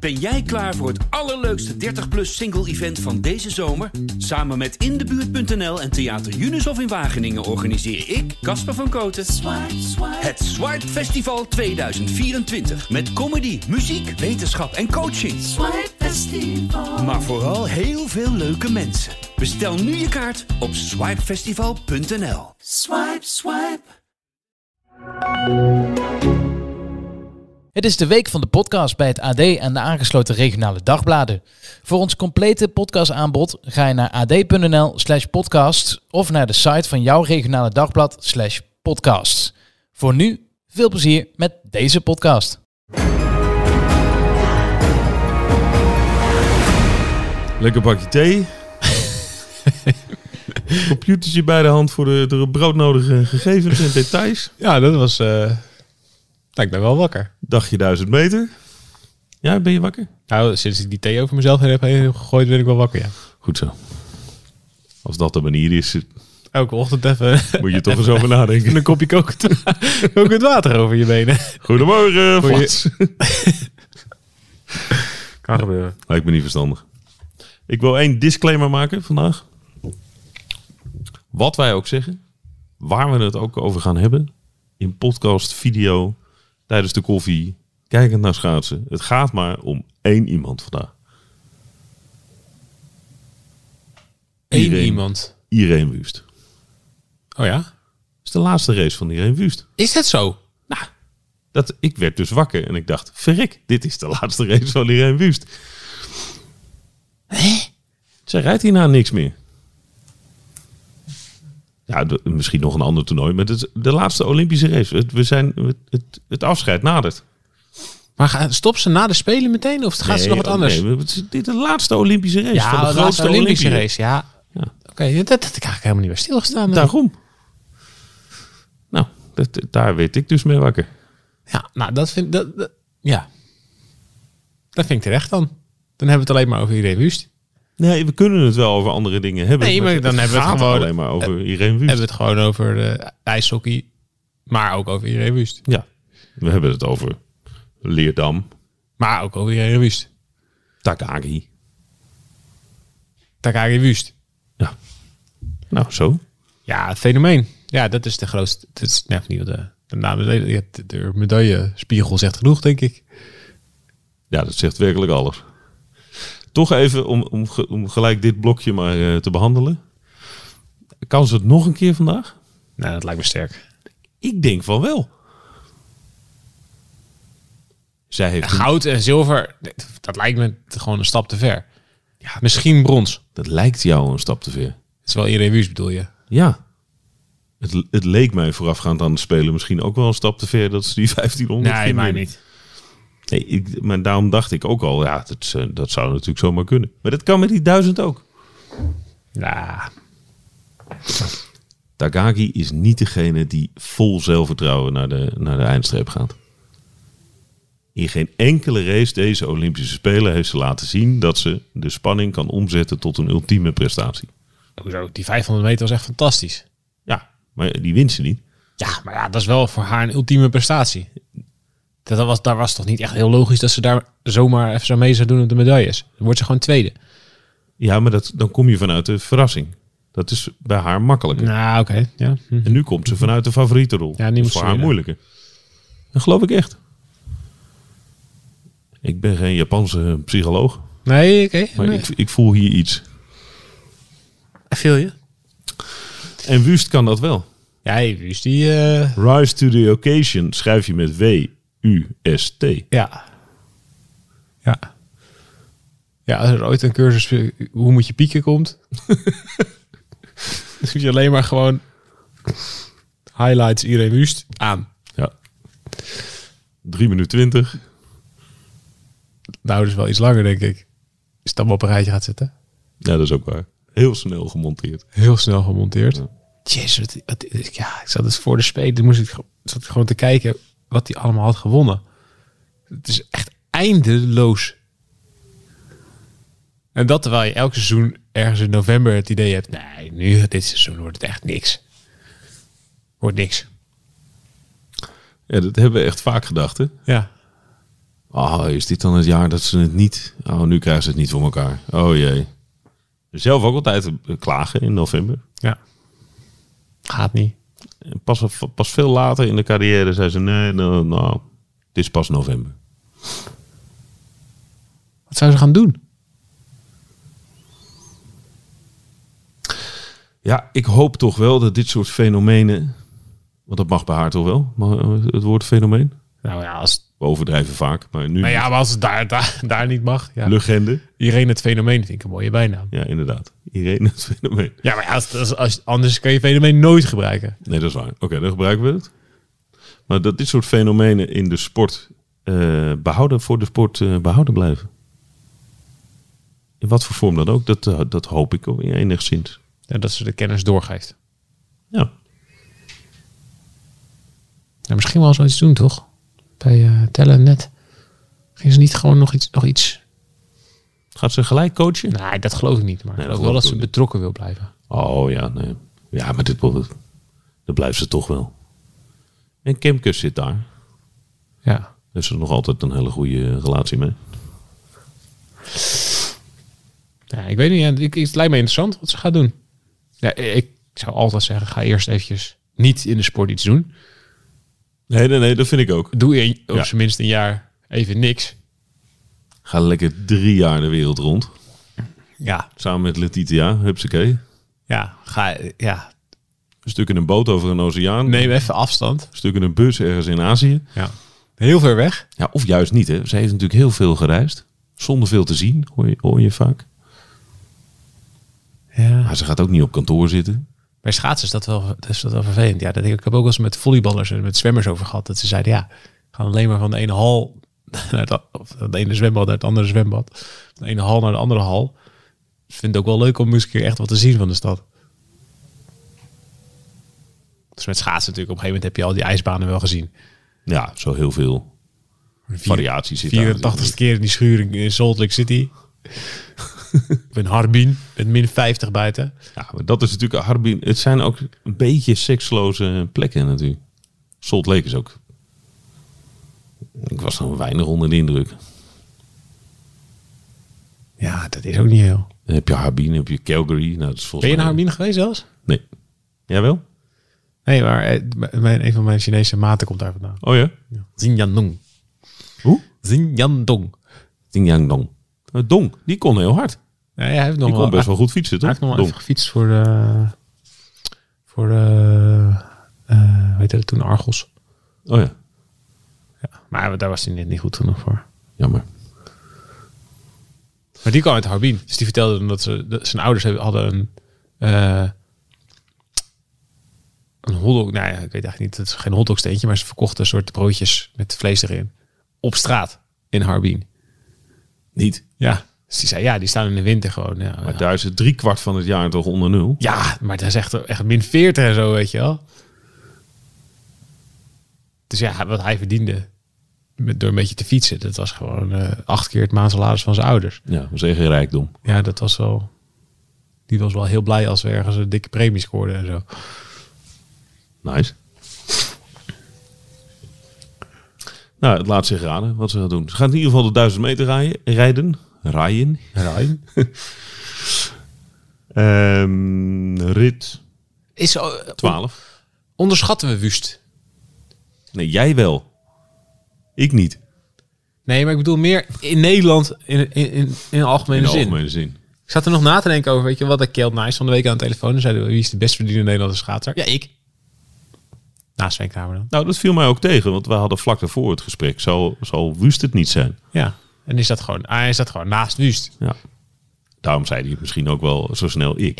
Ben jij klaar voor het allerleukste 30-plus single-event van deze zomer? Samen met Indebuurt.nl en Theater Junushof in Wageningen organiseer ik, Casper van Kooten, het Swipe Festival 2024. Met comedy, muziek, wetenschap en coaching. Swipe Festival. Maar vooral heel veel leuke mensen. Bestel nu je kaart op swipefestival.nl. Swipe, swipe. Het is de week van de podcast bij het AD en de aangesloten regionale dagbladen. Voor ons complete podcastaanbod ga je naar ad.nl/podcast of naar de site van jouw regionale dagblad /podcasts. Voor nu, veel plezier met deze podcast. Lekker bakje thee. Computertje bij de hand voor de broodnodige gegevens en details. Ja, dat was... ik ben wel wakker. Dagje 1000 meter. Ja, ben je wakker? Nou, sinds ik die thee over mezelf heb gegooid, ben ik wel wakker, ja. Goed zo. Als dat de manier is, Elke ochtend even... moet je toch eens over nadenken. een kopje kokend water over je benen. Goedemorgen, Flats. Kan gebeuren. Lijkt me niet verstandig. Ik wil 1 disclaimer maken vandaag. Wat wij ook zeggen, waar we het ook over gaan hebben, in podcast, video, tijdens de koffie, kijkend naar schaatsen. Het gaat maar om 1 iemand vandaag. Eén iemand. Irene Wüst. Oh ja? Dat is de laatste race van Irene Wüst. Is dat zo? Nou, ik werd dus wakker en ik dacht, verrek, dit is de laatste race van Irene Wüst. Zij rijdt hierna niks meer. Ja, misschien nog een ander toernooi, maar het is de laatste Olympische race. Het afscheid nadert. Maar stopt ze na de Spelen meteen of gaat ze nog wat anders? Nee, dit is de laatste Olympische race. Ja, van de grootste Olympische Olympië. race, ja. Ja. Oké, dat had ik eigenlijk helemaal niet bij stilgestaan. Daarom. Nou, daar werd ik dus mee wakker. Ja, nou, dat vind ik terecht dan. Dan hebben we het alleen maar over Irene Wüst. Nee, we kunnen het wel over andere dingen hebben. Nee, maar dan hebben we het gewoon alleen maar over Irene Wüst. Hebben we het gewoon over de ijshockey, maar ook over Irene Wüst. Ja, we hebben het over Leerdam, Maar ook over Irene Wüst. Takagi. Takagi Wüst. Ja, nou zo. Ja, het fenomeen. Ja, dat is de grootste. Dat is niet de naam. De medaillespiegel zegt genoeg, denk ik. Ja, dat zegt werkelijk alles. Toch even om gelijk dit blokje maar te behandelen. Kan ze het nog een keer vandaag? Nou, dat lijkt me sterk. Ik denk van wel. Zij heeft Goud en zilver, dat lijkt me gewoon een stap te ver. Ja, misschien brons. Dat lijkt jou een stap te ver. Het is wel Irene Wüst, bedoel je? Ja. Het leek mij voorafgaand aan de Spelen misschien ook wel een stap te ver dat ze die 1500 Nee, ging mij winnen. niet. Nee, maar daarom dacht ik ook al, ja, dat zou natuurlijk zomaar kunnen. Maar dat kan met die 1000 ook. Ja. Takagi is niet degene die vol zelfvertrouwen naar de eindstreep gaat. In geen enkele race deze Olympische Spelen heeft ze laten zien dat ze de spanning kan omzetten tot een ultieme prestatie. Die 500 meter was echt fantastisch. Ja, maar die wint ze niet. Ja, maar ja, dat is wel voor haar een ultieme prestatie. Daar was toch niet echt heel logisch dat ze daar zomaar even zo mee zou doen op de medailles. Dan wordt ze gewoon tweede. Ja, maar dan kom je vanuit de verrassing. Dat is bij haar makkelijker. Nou, oké. Ja. En nu komt ze vanuit de favorietenrol. Ja, dat moet is voor ze haar winnen. moeilijker. Dat geloof ik echt. Ik ben geen Japanse psycholoog. Nee, oké. Maar Nee. ik voel hier iets. Viel je? En Wüst kan dat wel. Ja, Wüst die... Rise to the occasion schrijf je met W-U-S-T. Ja. Ja. Ja, als er ooit een cursus hoe moet je pieken komt, dan moet je alleen maar gewoon highlights Irene Wüst aan. Ja. 3 minuten 20. Nou, dus wel iets langer, denk ik. Als je het allemaal op een rijtje gaat zetten. Ja, dat is ook waar. Heel snel gemonteerd. Heel snel gemonteerd. Ja. Jezus, ik zat dus voor de Spelen, zat ik gewoon te kijken wat hij allemaal had gewonnen. Het is echt eindeloos. En dat terwijl je elk seizoen ergens in november het idee hebt, nee, nu dit seizoen wordt het echt niks. Wordt niks. Ja, dat hebben we echt vaak gedacht, hè? Ja. Oh, is dit dan het jaar dat ze het niet... Oh, nu krijgen ze het niet voor elkaar. Oh jee. Zelf ook altijd klagen in november. Ja. Gaat niet. En pas veel later in de carrière zei ze... Nee, nou, het is pas november. Wat zou ze gaan doen? Ja, ik hoop toch wel dat dit soort fenomenen... Want dat mag bij haar toch wel? Het woord fenomeen? Nou ja, als... We overdrijven vaak, maar nu... Maar ja, maar als het daar niet mag. Ja. Legende. Irene het fenomeen vind ik een mooie bijnaam. Ja, inderdaad. Irene het fenomeen. Ja, maar als anders kan je fenomeen nooit gebruiken. Nee, dat is waar. Oké, dan gebruiken we het. Maar dat dit soort fenomenen in de sport behouden blijven. In wat voor vorm dan ook, dat hoop ik ook enigszins. Ja, dat ze de kennis doorgeeft. Ja. Ja, misschien wel zoiets doen, toch? Bij Tellen net. Ging ze niet gewoon nog iets... Gaat ze gelijk coachen? Nee, dat geloof ik niet. Maar Nee, ik dat geloof wel dat geloof ze ik betrokken wil blijven. Oh ja, nee. Ja, maar dat blijft ze toch wel. En Kemke zit daar. Ja. Daar heeft ze nog altijd een hele goede relatie mee. Ja, ik weet niet. Het lijkt me interessant wat ze gaat doen. Ja, ik zou altijd zeggen, ga eerst eventjes niet in de sport iets doen. Nee, dat vind ik ook. Doe je op zijn minst een jaar even niks. Ga lekker 3 jaar de wereld rond. Ja. Samen met Letitia, hupsakee. Ja, ja. Een stuk in een boot over een oceaan. Neem even afstand. Een stuk in een bus ergens in Azië. Ja. Heel ver weg. Ja, of juist niet, hè. Ze heeft natuurlijk heel veel gereisd. Zonder veel te zien, hoor je vaak. Ja. Maar ze gaat ook niet op kantoor zitten. Bij schaatsen is dat wel vervelend. Ja, dat denk ik heb ook wel eens met volleyballers en met zwemmers over gehad. Dat ze zeiden, ja, gaan alleen maar van de ene hal naar het ene zwembad naar het andere zwembad. Van de ene hal naar de andere hal. Ik vind het ook wel leuk om eens een keer echt wat te zien van de stad. Dus met schaatsen natuurlijk, op een gegeven moment heb je al die ijsbanen wel gezien. Ja, zo heel veel variaties zitten. 84ste keer in die schuur in Salt Lake City. Ik ben Harbin met min 50 buiten. Ja, maar dat is natuurlijk Harbin. Het zijn ook een beetje seksloze plekken natuurlijk. Salt Lake is ook... Ik was nog weinig onder de indruk. Ja, dat is ook niet heel. Dan heb je Harbin, dan heb je Calgary. Nou, dat is volgens Ben je naar mij... Harbin geweest zelfs? Nee. Jij wel? Nee, maar een van mijn Chinese maten komt daar vandaan. Oh ja? Xinjiang. Hoe? Xinjiang. Xinjiang. Dong, die kon heel hard. Ja, hij heeft nog Die kon best wel goed fietsen, Hij toch? heeft nog wel Dong. even gefietst voor weet je toen Argos. Oh ja, Ja, maar daar was hij net niet goed genoeg voor. jammer. Maar die kwam uit Harbin. Dus die vertelde hem dat zijn ouders hadden een hotdog. Nou ja, ik weet eigenlijk niet. Het is geen hotdogsteentje, maar ze verkochten een soort broodjes met vlees erin. Op straat in Harbin. Niet. Ja. Dus die zei, ja, die staan in de winter gewoon. Ja, Maar daar is het 3/4 van het jaar toch onder nul. ja, maar dat is echt min 40 en zo, weet je wel. Dus ja, wat hij verdiende door een beetje te fietsen, dat was gewoon 8 keer het maandsalaris van zijn ouders. Ja, dat is echt geen rijkdom. Ja, dat was wel... Die was wel heel blij als we ergens een dikke premie scoorden en zo. Nice. Nou, het laat zich raden wat ze gaan doen. Ze gaan in ieder geval de 1000 meter rijden. Rit Is 12. Onderschatten we Wust? Nee, jij wel. Ik niet. Nee, maar ik bedoel meer in Nederland in een algemene In de zin. algemene zin. Ik zat er nog na te denken over, weet je, wat ik Kjeld Nuis van de week aan de telefoon. En zeiden we, wie is de best verdiende Nederlandse schaatser? Ja, ik. Naast Sven Kramer dan. Nou, dat viel mij ook tegen, want we hadden vlak daarvoor het gesprek. Zal Wust het niet zijn? Ja. En is dat gewoon naast Wust. Ja. Daarom zei hij het misschien ook wel zo snel ik.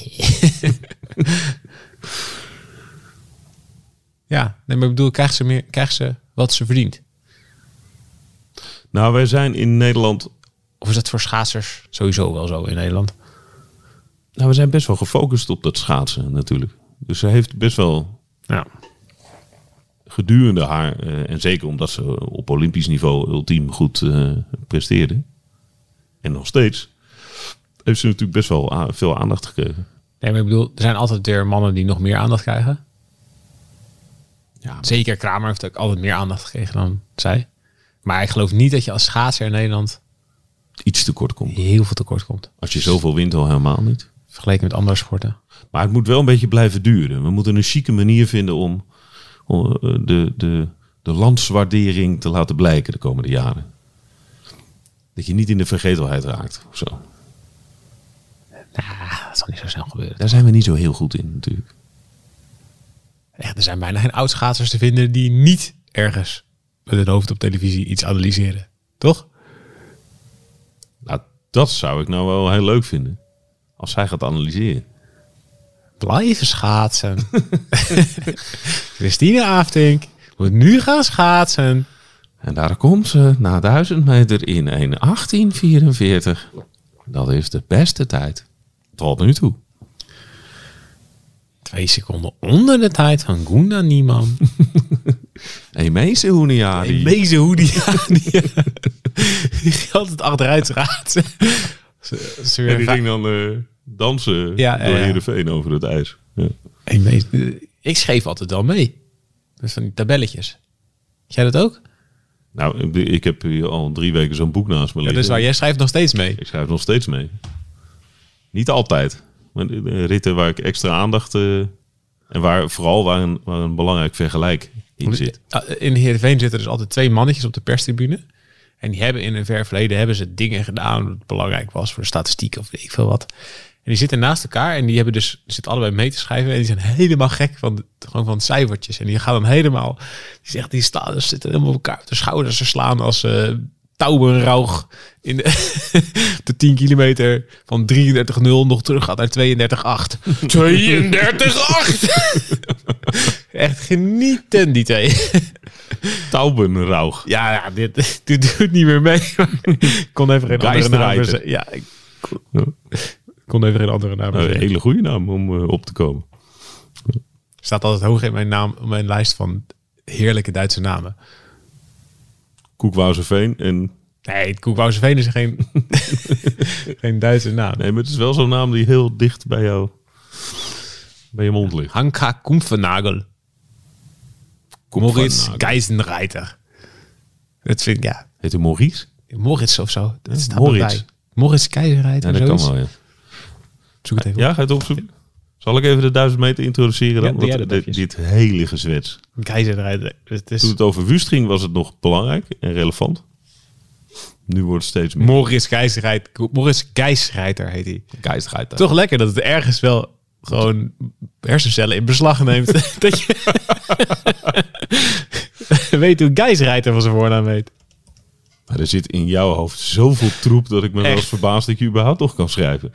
Ja, nee, maar ik bedoel, krijgt ze wat ze verdient? Nou, wij zijn in Nederland... Of is dat voor schaatsers sowieso wel zo in Nederland? Nou, we zijn best wel gefocust op dat schaatsen natuurlijk. Dus ze heeft best wel Ja. gedurende haar... en zeker omdat ze op olympisch niveau ultiem goed presteerde. En nog steeds... heeft ze natuurlijk best wel veel aandacht gekregen. Nee, maar ik bedoel, er zijn altijd weer mannen die nog meer aandacht krijgen. Ja, Zeker Kramer heeft ook altijd meer aandacht gekregen dan zij. Maar ik geloof niet dat je als schaatser in Nederland Iets tekort komt. heel veel tekort komt. Als je zoveel wint, al helemaal niet. Vergeleken met andere sporten. Maar het moet wel een beetje blijven duren. We moeten een chique manier vinden om de landswaardering te laten blijken de komende jaren. Dat je niet in de vergetelheid raakt of zo. Dat zal niet zo snel gebeuren. Daar zijn we niet zo heel goed in natuurlijk. Echt, er zijn bijna geen oud-schaatsers te vinden die niet ergens met hun hoofd op televisie iets analyseren. Toch? Nou, dat zou ik nou wel heel leuk vinden. Als zij gaat analyseren. Blijven schaatsen. Christine Aftink moet nu gaan schaatsen. En daar komt ze na 1000 meter in 1:18:44. Dat is de beste tijd tot nu toe. 2 seconden onder de tijd van Gunda Niemann. Emese Hoeniari. Deze hoe die ging altijd achteruit schaatsen. En die ging dan dansen door Heerenveen over het ijs. Ja. Ik schreef altijd wel mee. Dus van die tabelletjes. Jij dat ook? Nou, ik heb hier al 3 weken zo'n boek naast me Ja, liggen. dus waar jij schrijft nog steeds mee. Ik schrijf nog steeds mee. Niet altijd. Maar de ritten waar ik extra aandacht... en waar een belangrijk vergelijk in zit. In Heerenveen zitten dus altijd 2 mannetjes op de perstribune. En die hebben in een ver verleden dingen gedaan dat belangrijk was voor de statistiek of weet ik veel wat. En die zitten naast elkaar en die hebben dus zitten allebei mee te schrijven en die zijn helemaal gek gewoon van cijfertjes. En die gaan dan helemaal, die zitten helemaal op elkaar op de schouders te slaan als Taubenrauch in de 10 kilometer van 33-0 nog terug gaat naar 32-8. 32-8! Echt genieten die 2. Taubenrauch. Ja, dit doet niet meer mee. Ik kon even geen andere naam verzinnen. Ja, ik kon even geen andere naam verzinnen. Een hele goede naam om op te komen. Staat altijd hoog in mijn lijst van heerlijke Duitse namen. Koekwouwerveen en... Nee, Koekwouwerveen is geen Duitse naam. Nee, maar het is wel zo'n naam die heel dicht bij je mond ligt. Hanka Kumpfenagel. Moritz Geisenreiter. Dat vind ik, ja. Heet hij Maurice? Moritz of zo. Dat staat Moritz. erbij. Moritz Geisenreiter. Ja, dat kan wel, ja. Zoek het even op. Ja, ga je het opzoeken? Zal ik even de 1000 meter introduceren dan? Ja, dit hele gezwets. Geisenreiter. Toen het over Wust ging, was het nog belangrijk en relevant. Nu wordt het steeds meer. Moritz Geisenreiter heet hij. Geistreiter. Toch lekker dat het ergens wel gewoon hersencellen in beslag neemt. Dat je weet hoe Geisenreiter van zijn voornaam weet. Maar er zit in jouw hoofd zoveel troep dat ik me wel eens verbaasd dat je überhaupt nog kan schrijven.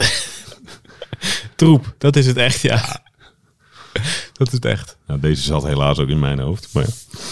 Troep, dat is het echt, ja. Dat is het echt. Nou, deze zat helaas ook in mijn hoofd. Maar ja.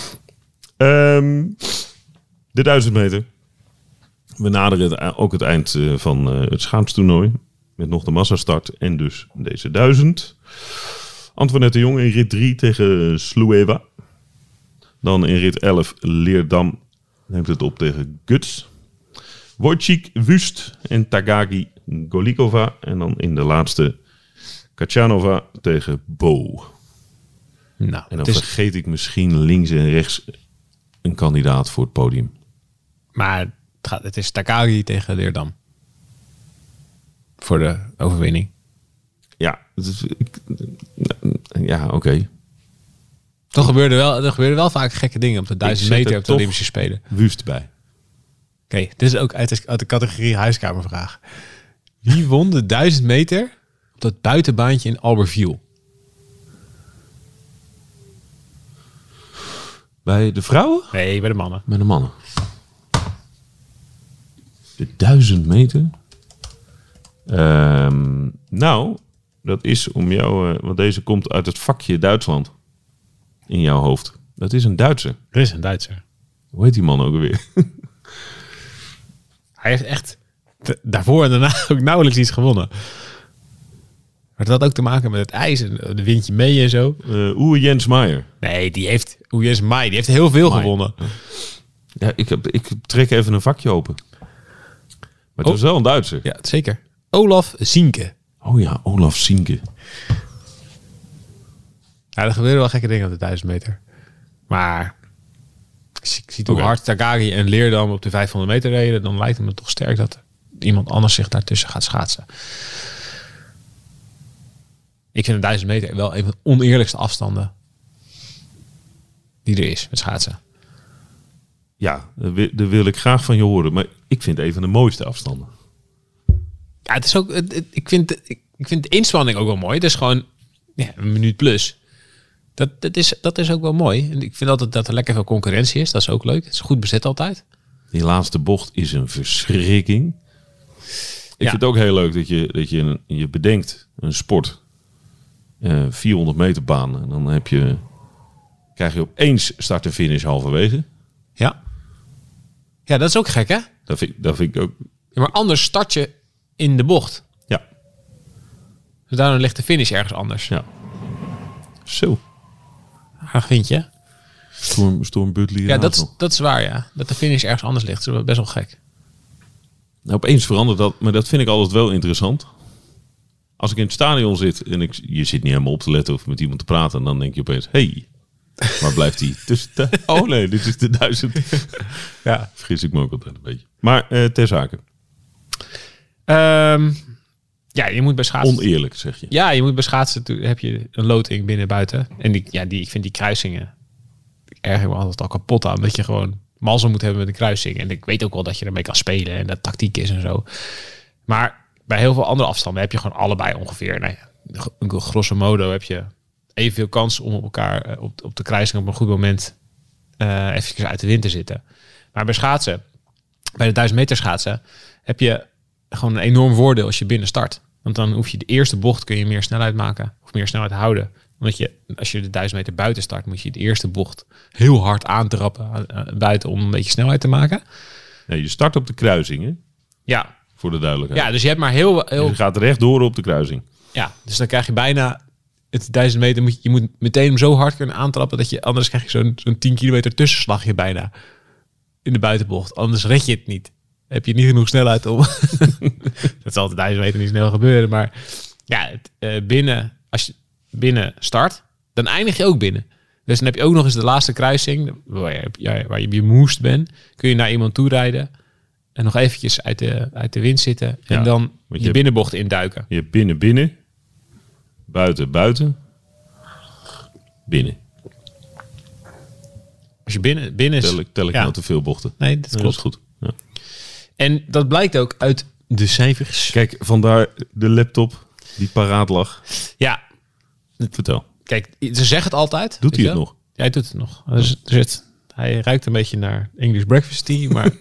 De 1000 meter. We naderen ook het eind van het schaatstoernooi. Met nog de massastart en dus deze 1000. Antoinette de Jong in rit 3 tegen Slueva. Dan in rit 11 Leerdam neemt het op tegen Guts. Wojcik, Wust en Tagagi Golikova. En dan in de laatste Kachanova tegen Bo. Nou, En dan vergeet ik misschien links en rechts een kandidaat voor het podium. Maar het is Takagi tegen Leerdam. Voor de overwinning. Ja, oké. Toch er gebeurden wel vaak gekke dingen op de 1000 zet meter er op de toch Olympische Spelen. Wust bij. Oké, dit is ook uit de categorie huiskamervraag. Wie won de 1000 meter op dat buitenbaantje in Albertville? Bij de vrouwen? Nee, bij de mannen. Bij de mannen. De 1000 meter? Nou, dat is om jou... want deze komt uit het vakje Duitsland. In jouw hoofd. Dat is een Duitser. Er is een Duitser. Hoe heet die man ook alweer? Hij heeft echt daarvoor en daarna ook nauwelijks iets gewonnen. Maar dat had ook te maken met het ijs en de windje mee en zo. Oeh, Jens Meijer. Nee, die heeft heel veel gewonnen. Ja, ik trek even een vakje open. Maar het was wel een Duitser. Ja, zeker. Olaf Zienke. Oh ja, Olaf Zienke. Ja, er gebeuren wel gekke dingen op de 1000 meter. Maar Ik zie hoe hard Takagi en Leerdam op de 500 meter reden. Dan lijkt het me toch sterk dat iemand anders zich daartussen gaat schaatsen. Ik vind de 1000 meter wel een van de oneerlijkste afstanden die er is met schaatsen. Ja, daar wil ik graag van je horen. Maar ik vind het een van de mooiste afstanden. Ja, het is ook. Ik vind de inspanning ook wel mooi. Het is gewoon een minuut plus. Dat is ook wel mooi. En ik vind altijd dat er lekker veel concurrentie is. Dat is ook leuk. Het is goed bezet altijd. Die laatste bocht is een verschrikking. Ik vind het ook heel leuk dat je bedenkt een sport. 400 meter baan. En dan krijg je opeens start en finish halverwege. Ja. Ja, dat is ook gek, hè? Dat vind ik ook. Ja, maar anders start je in de bocht. Ja. Dus daarom ligt de finish ergens anders. Ja. Zo. Waar vind je? Storm Butley. Ja, dat is waar, ja. Dat de finish ergens anders ligt. Dat is best wel gek. Nou, opeens verandert dat. Maar dat vind ik altijd wel interessant. Als ik in het stadion zit en je zit niet helemaal op te letten of met iemand te praten. En dan denk je opeens, hey, waar blijft die tussen de... Oh nee, dit is de 1000. Ja, vergis ik me ook altijd een beetje. Maar ter zake. Ja, je moet bij schaatsen... Oneerlijk, zeg je. Ja, je moet bij schaatsen... heb je een loting binnen-buiten. En ik vind die kruisingen... Ik erger me altijd al kapot aan. Dat je gewoon mazzel moet hebben met een kruising. En ik weet ook wel dat je ermee kan spelen. En dat tactiek is en zo. Maar bij heel veel andere afstanden heb je gewoon allebei ongeveer... Nou ja, grosso modo heb je evenveel kans om op elkaar... op de kruising op een goed moment... even uit de wind te zitten. Maar bij schaatsen... Bij de 1000 meter schaatsen... heb je gewoon een enorm voordeel als je binnen start. Want dan hoef je de eerste bocht kun je meer snelheid maken. Of meer snelheid houden. Omdat als je de 1000 meter buiten start... moet je de eerste bocht heel hard aantrappen buiten... om een beetje snelheid te maken. Nee, je start op de kruising, hè? Ja. Voor de duidelijkheid. Ja, dus je hebt maar heel... Dus je gaat rechtdoor op de kruising. Ja, dus dan krijg je bijna... Het 1000 meter je moet meteen hem zo hard kunnen aantrappen... dat je anders krijg je zo'n 10 kilometer tussenslagje bijna. In de buitenbocht. Anders red je het niet. Heb je niet genoeg snelheid om... Dat zal de 1000 meter niet snel gebeuren. Maar ja, als je binnen start, dan eindig je ook binnen. Dus dan heb je ook nog eens de laatste kruising, waar je bemoest bent. Kun je naar iemand toe rijden en nog eventjes uit de wind zitten. En Ja, dan je binnenbocht induiken. Je hebt binnen, buiten, binnen. Als je binnen is... Tel ik nou te veel bochten? Nee, dat klopt. Dat is goed. Ja. En dat blijkt ook uit de cijfers. Kijk, vandaar de laptop die paraat lag. Ja. Vertel. Kijk, ze zeggen het altijd. Doet hij het nog? Ja, hij doet het nog. Hij ruikt een beetje naar English breakfast tea, maar...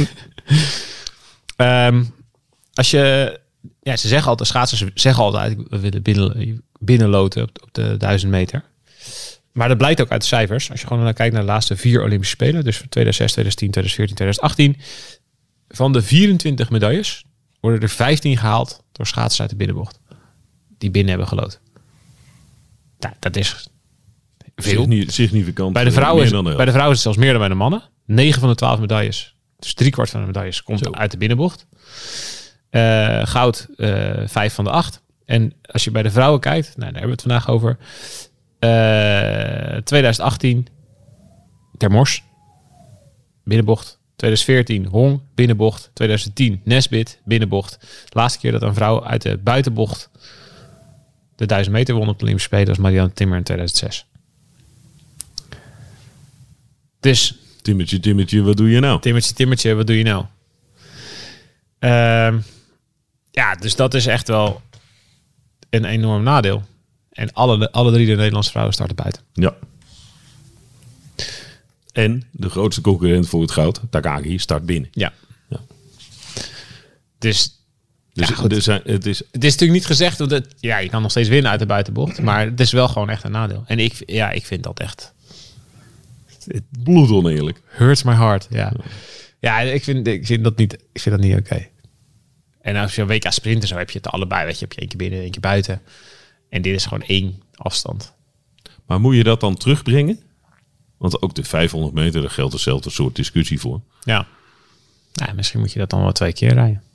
als je... Ja, ze zeggen altijd, schaatsers zeggen altijd, we willen binnenloten op de 1000 meter. Maar dat blijkt ook uit de cijfers. Als je gewoon naar kijkt naar de laatste 4 Olympische Spelen, dus 2006, 2010, 2014, 2018... Van de 24 medailles worden er 15 gehaald door schaatsers uit de binnenbocht. Die binnen hebben geloot. Nou, dat is veel. Significant. Bij de vrouwen is het zelfs meer dan bij de mannen. 9 van de 12 medailles. Dus 3/4 van de medailles komt uit de binnenbocht. Goud 5 van de 8. En als je bij de vrouwen kijkt, nou, daar hebben we het vandaag over. 2018 Termors. Binnenbocht. 2014 Hong, binnenbocht. 2010 Nesbit, binnenbocht. De laatste keer dat een vrouw uit de buitenbocht de 1000 meter won op de Olympische Spelen was Marianne Timmer in 2006. Dus... Timmertje, wat doe je nou? Timmertje, wat doe je nou? Ja, dus dat is echt wel een enorm nadeel. En alle 3 de Nederlandse vrouwen starten buiten. Ja. En de grootste concurrent voor het goud, Takagi, start binnen. Ja. Dus het is natuurlijk niet gezegd, want je kan nog steeds winnen uit de buitenbocht. Maar het is wel gewoon echt een nadeel. En ik vind dat echt... Bloedoneerlijk. Hurts my heart, ja. Ik vind dat niet oké. En als je een WK sprinten zo heb je het allebei. Weet je, heb je 1 keer binnen, 1 keer buiten. En dit is gewoon 1 afstand. Maar moet je dat dan terugbrengen? Want ook de 500 meter, daar geldt dezelfde soort discussie voor. Ja. Nou, misschien moet je dat dan wel 2 keer rijden.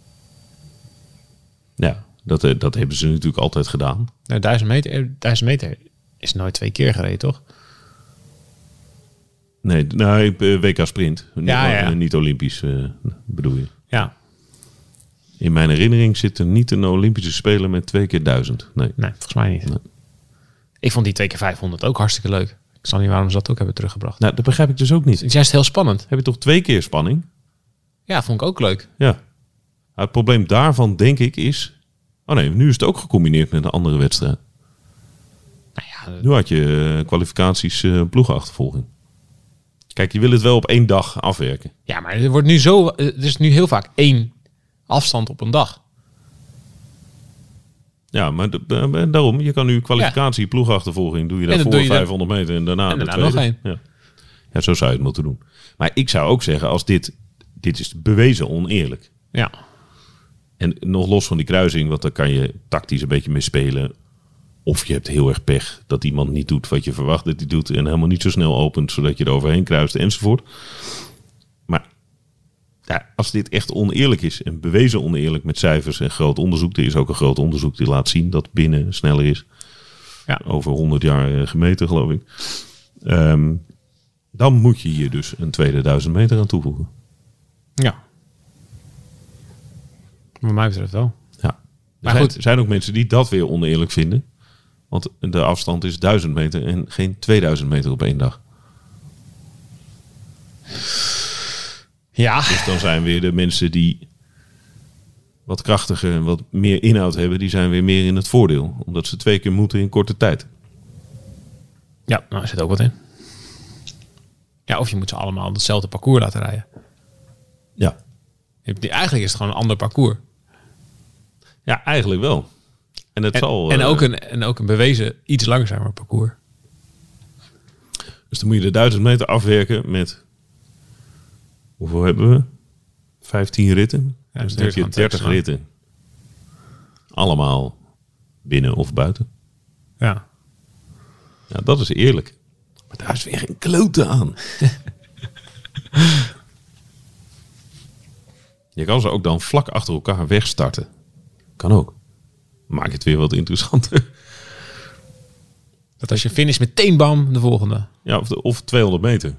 Ja, dat hebben ze natuurlijk altijd gedaan. Nou, 1000 meter is nooit 2 keer gereden, toch? Nee, WK Sprint. Ja. Niet Olympisch, bedoel je. Ja. In mijn herinnering zit er niet een Olympische Spelen met 2 keer 1000. Nee, volgens mij niet. Nee. Ik vond die 2 keer 500 ook hartstikke leuk. Ik snap niet waarom ze dat ook hebben teruggebracht. Nou, dat begrijp ik dus ook niet. Het is juist heel spannend. Heb je toch 2 keer spanning? Ja, vond ik ook leuk. Ja. Nou, het probleem daarvan, denk ik, is... Oh nee, nu is het ook gecombineerd met een andere wedstrijd. Nou ja, Nu had je kwalificaties ploegenachtervolging. Kijk, je wil het wel op 1 dag afwerken. ja, maar er wordt nu zo... Er is nu heel vaak 1 afstand op een dag. Ja, maar daarom, je kan nu kwalificatie, ploegachtervolging, doe je En dan daarvoor doe je 500 meter en daarna de tweede. nog 1. Ja, zo zou je het moeten doen. Maar ik zou ook zeggen, als dit is bewezen oneerlijk. Ja. En nog los van die kruising, want daar kan je tactisch een beetje mee spelen. Of je hebt heel erg pech dat iemand niet doet wat je verwacht dat hij doet en helemaal niet zo snel opent, zodat je er overheen kruist enzovoort. Maar ja, als dit echt oneerlijk is en bewezen oneerlijk met cijfers en groot onderzoek, er is ook een groot onderzoek die laat zien dat binnen sneller is. Ja. Over 100 jaar gemeten, geloof ik. Dan moet je hier dus een tweede 1000 meter aan toevoegen. Ja. Wat mij betreft wel. Ja. Maar Er zijn ook mensen die dat weer oneerlijk vinden. Want de afstand is 1000 meter en geen 2000 meter op 1 dag. Ja. Dus dan zijn weer de mensen die wat krachtiger en wat meer inhoud hebben, die zijn weer meer in het voordeel. Omdat ze 2 keer moeten in korte tijd. Ja, nou, er zit ook wat in. Ja, of je moet ze allemaal hetzelfde parcours laten rijden. Ja. Eigenlijk is het gewoon een ander parcours. Ja, eigenlijk wel. En het zal... En ook een bewezen iets langzamer parcours. Dus dan moet je de 1000 meter afwerken met... Hoeveel hebben we? 15 ritten. Ja, Dus dan heb je 30 ritten. Allemaal binnen of buiten. Ja. Ja, dat is eerlijk. Maar daar is weer geen klote aan. Je kan ze ook dan vlak achter elkaar wegstarten. Kan ook. Maak het weer wat interessanter. Dat als je finish meteen bam, de volgende. Ja, of 200 meter.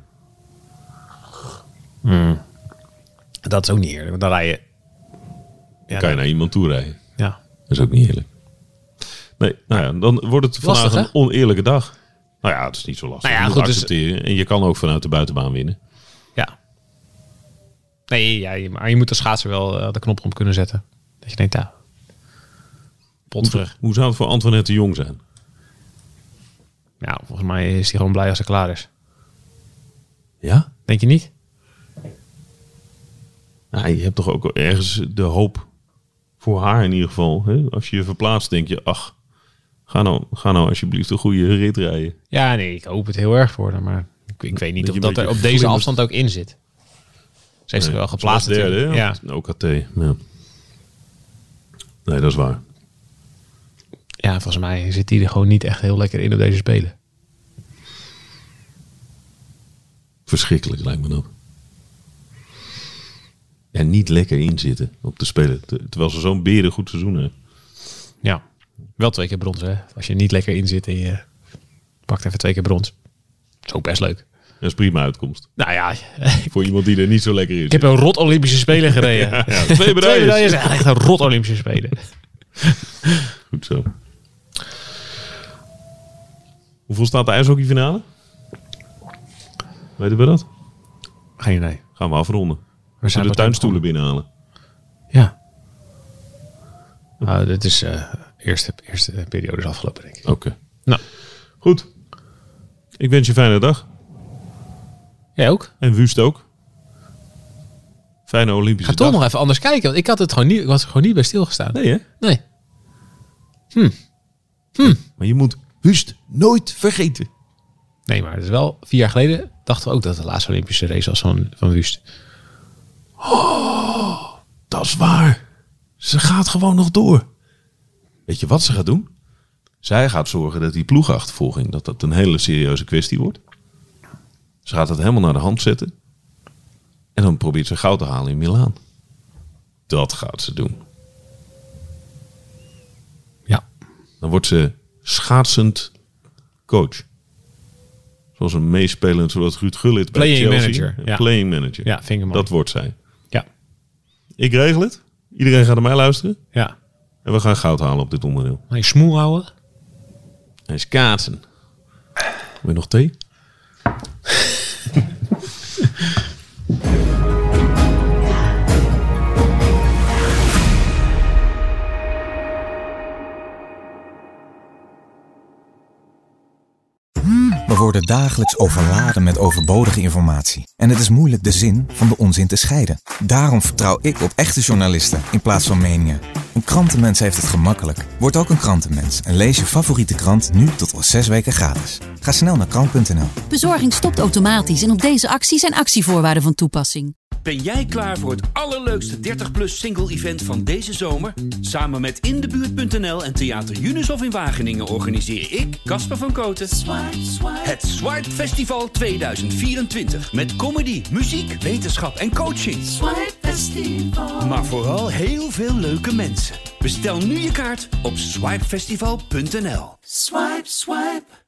Dat is ook niet eerlijk, want dan rij je... Dan kan je naar iemand toe rijden. Ja. Dat is ook niet eerlijk. Nee, nou ja, dan wordt het vandaag Lastig, een oneerlijke dag. Nou ja, het is niet zo lastig. Nou ja, Je moet goed, dus- accepteren. En je kan ook vanuit de buitenbaan winnen. Ja. Nee, ja, maar je moet de schaatser wel de knop om kunnen zetten. Dat je denkt, ja, pot terug. Hoe zou het voor Antoinette de Jong zijn? Ja, volgens mij is hij gewoon blij als hij klaar is. Ja? Denk je niet? Nou, je hebt toch ook ergens de hoop voor haar in ieder geval. Hè? Als je je verplaatst, denk je, ach, ga nou alsjeblieft een goede rit rijden. Ja, nee, ik hoop het heel erg voor haar, maar ik weet niet Dat of je dat een er op beetje deze glimmert. afstand ook in zit. Ze heeft zich wel geplaatst. Ze was derde, natuurlijk. hè? OKT. Ja. Nee, dat is waar. Ja, volgens mij zit hij er gewoon niet echt heel lekker in op deze Spelen. Verschrikkelijk lijkt me dat. En niet lekker inzitten op de Spelen. Terwijl ze zo'n berengoed seizoen hebben. Ja, wel 2 keer brons, hè. Als je niet lekker in zit en je pakt even 2 keer brons. Dat is ook best leuk. Dat is prima uitkomst. Nou ja, Voor iemand die er niet zo lekker is. ik heb een rot Olympische Spelen gereden. Ja, 2 2 medailles. medailles, echt een rot Olympische Spelen. Goed zo. Hoeveel staat de ijshockeyfinale? Weten we dat? Geen idee. Gaan we afronden. We zijn de meteen tuinstoelen binnenhalen. Ja. Nou, dit is eerste periode is afgelopen, denk ik. Oké. Nou, Goed. Ik wens je een fijne dag. jij ook? En Wust ook. Fijne Olympische Ga toch dag. nog even anders kijken, want ik was er gewoon niet bij stilgestaan. Nee hè? Nee. Maar je moet Wust nooit vergeten. Nee, maar het is wel 4 jaar geleden dachten we ook dat het de laatste Olympische race was van Wust. Dat is waar. Ze gaat gewoon nog door. Weet je wat ze gaat doen? Zij gaat zorgen dat die ploegachtervolging, dat een hele serieuze kwestie wordt. Ze gaat het helemaal naar de hand zetten. En dan probeert ze goud te halen in Milaan. Dat gaat ze doen. Ja. Dan wordt ze schaatsend coach. Zoals een meespelend, zoals Ruud Gullit bij Playing Chelsea. manager, ja. Playing manager. Ja, vind ik mooi. Dat wordt zij. Ja. Ik regel het. Iedereen gaat naar mij luisteren. Ja. En we gaan goud halen op dit onderdeel. Maar je smoel houden? Hij is kaatsen. Wil je nog thee? We worden dagelijks overladen met overbodige informatie. En het is moeilijk de zin van de onzin te scheiden. Daarom vertrouw ik op echte journalisten in plaats van meningen. Een krantenmens heeft het gemakkelijk. Word ook een krantenmens en lees je favoriete krant nu tot al 6 weken gratis. Ga snel naar krant.nl. Bezorging stopt automatisch en op deze actie zijn actievoorwaarden van toepassing. Ben jij klaar voor het allerleukste 30-plus single-event van deze zomer? Samen met Indebuurt.nl en Theater Junushof in Wageningen organiseer ik, Casper van Koten, het Swipe Festival 2024. Met comedy, muziek, wetenschap en coaching. Swipe Festival. Maar vooral heel veel leuke mensen. Bestel nu je kaart op swipefestival.nl. Swipe, swipe.